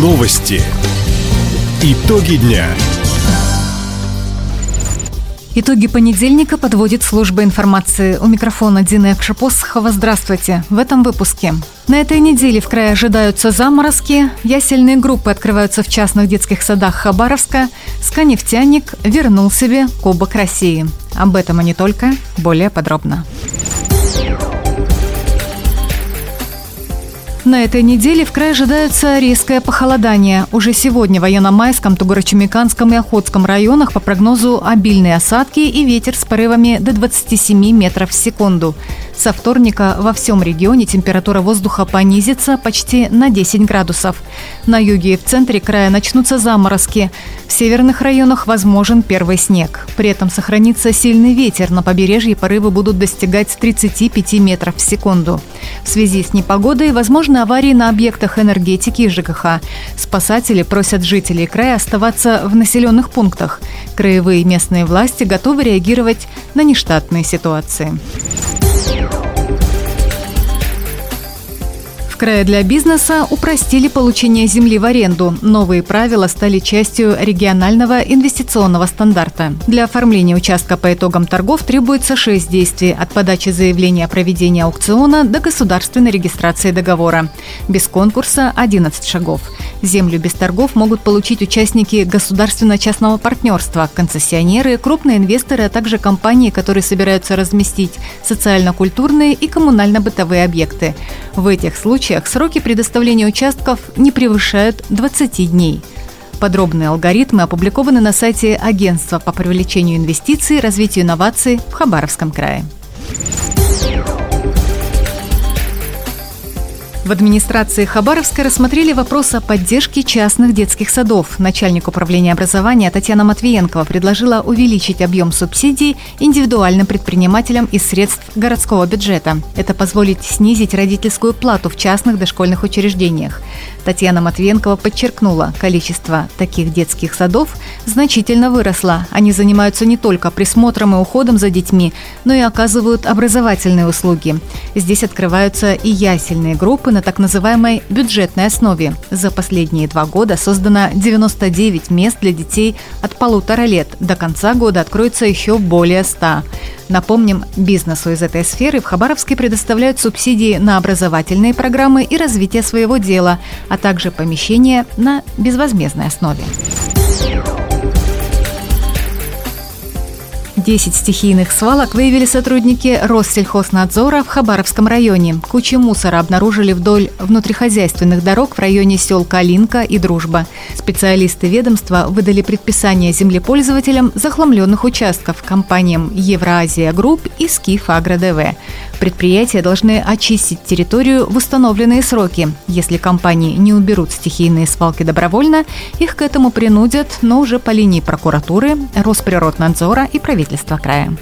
Новости. Итоги дня. Итоги понедельника подводит служба информации. У микрофона Дина Якшапосхова. Здравствуйте. В этом выпуске. На этой неделе в крае ожидаются заморозки. Ясельные группы открываются в частных детских садах Хабаровска. Ска-нефтяник вернул себе Кубок России. Об этом и не только. Более подробно. На этой неделе в крае ожидается резкое похолодание. Уже сегодня в Яно-Майском, Тугоро-Чумиканском и Охотском районах по прогнозу обильные осадки и ветер с порывами до 27 метров в секунду. Со вторника во всем регионе температура воздуха понизится почти на 10 градусов. На юге и в центре края начнутся заморозки. В северных районах возможен первый снег. При этом сохранится сильный ветер. На побережье порывы будут достигать 35 метров в секунду. В связи с непогодой возможны аварии на объектах энергетики и ЖКХ. Спасатели просят жителей края оставаться в населенных пунктах. Краевые и местные власти готовы реагировать на нештатные ситуации. В крае для бизнеса упростили получение земли в аренду. Новые правила стали частью регионального инвестиционного стандарта. Для оформления участка по итогам торгов требуется 6 действий – от подачи заявления о проведении аукциона до государственной регистрации договора. Без конкурса – 11 шагов. Землю без торгов могут получить участники государственно-частного партнерства, концессионеры, крупные инвесторы, а также компании, которые собираются разместить социально-культурные и коммунально-бытовые объекты. В этих случаях сроки предоставления участков не превышают 20 дней. Подробные алгоритмы опубликованы на сайте Агентства по привлечению инвестиций и развитию инноваций в Хабаровском крае. В администрации Хабаровска рассмотрели вопрос о поддержке частных детских садов. Начальник управления образования Татьяна Матвиенкова предложила увеличить объем субсидий индивидуальным предпринимателям из средств городского бюджета. Это позволит снизить родительскую плату в частных дошкольных учреждениях. Татьяна Матвиенкова подчеркнула, количество таких детских садов значительно выросло. Они занимаются не только присмотром и уходом за детьми, но и оказывают образовательные услуги. Здесь открываются и ясельные группы на так называемой бюджетной основе. За последние 2 года создано 99 мест для детей от 1,5 лет. До конца года откроется еще более 100. Напомним, бизнесу из этой сферы в Хабаровске предоставляют субсидии на образовательные программы и развитие своего дела, а также помещения на безвозмездной основе. 10 стихийных свалок выявили сотрудники Россельхознадзора в Хабаровском районе. Кучи мусора обнаружили вдоль внутрихозяйственных дорог в районе сел Калинка и Дружба. Специалисты ведомства выдали предписание землепользователям захламленных участков компаниям Евразия Групп и Скиф Агро ДВ. Предприятия должны очистить территорию в установленные сроки. Если компании не уберут стихийные свалки добровольно, их к этому принудят, но уже по линии прокуратуры, Росприроднадзора и правительства края.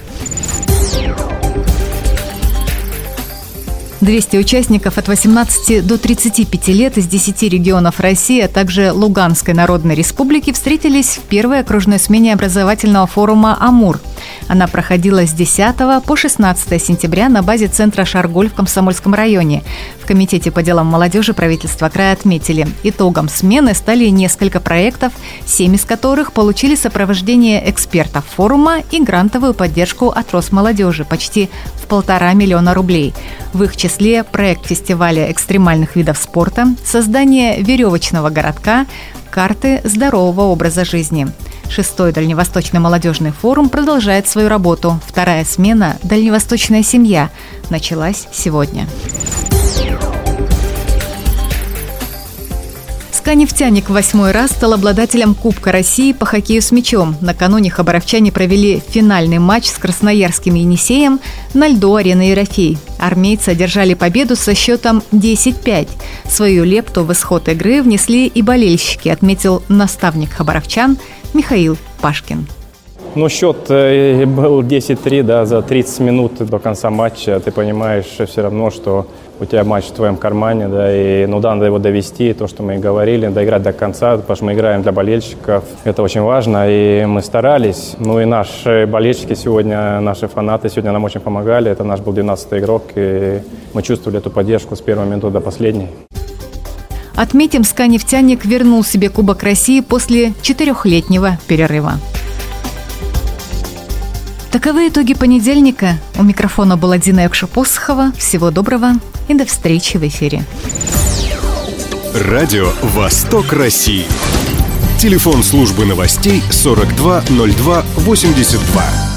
200 участников от 18 до 35 лет из 10 регионов России, а также Луганской Народной Республики встретились в первой окружной смене образовательного форума «Амур». Она проходила с 10 по 16 сентября на базе центра «Шарголь» в Комсомольском районе. В Комитете по делам молодежи правительства края отметили, итогом смены стали несколько проектов, 7 из которых получили сопровождение экспертов форума и грантовую поддержку от Росмолодежи почти в 1,5 миллиона рублей. В их числе проект фестиваля экстремальных видов спорта, создание веревочного городка, карты здорового образа жизни. 6-й Дальневосточный молодежный форум продолжает свою работу. 2-я смена «Дальневосточная семья» началась сегодня. Ска-нефтяник в 8-й раз стал обладателем Кубка России по хоккею с мячом. Накануне хабаровчане провели финальный матч с красноярским «Енисеем» на льду арены «Ерофей». Армейцы одержали победу со счетом 10-5. Свою лепту в исход игры внесли и болельщики, отметил наставник хабаровчан Михаил Пашкин. Счет был 10-3, за 30 минут до конца матча. Ты понимаешь все равно, что у тебя матч в твоем кармане, и надо его довести, то, что мы и говорили, доиграть до конца, потому что мы играем для болельщиков. Это очень важно, и мы старались. И наши болельщики сегодня, наши фанаты сегодня нам очень помогали. Это наш был 12-й игрок, и мы чувствовали эту поддержку с первой минуты до последней. Отметим, СКА «Нефтяник» вернул себе Кубок России после 4-летнего перерыва. Таковы итоги понедельника. У микрофона была Дина Якши-Посохова. Всего доброго и до встречи в эфире. Радио «Восток России». Телефон службы новостей 420282.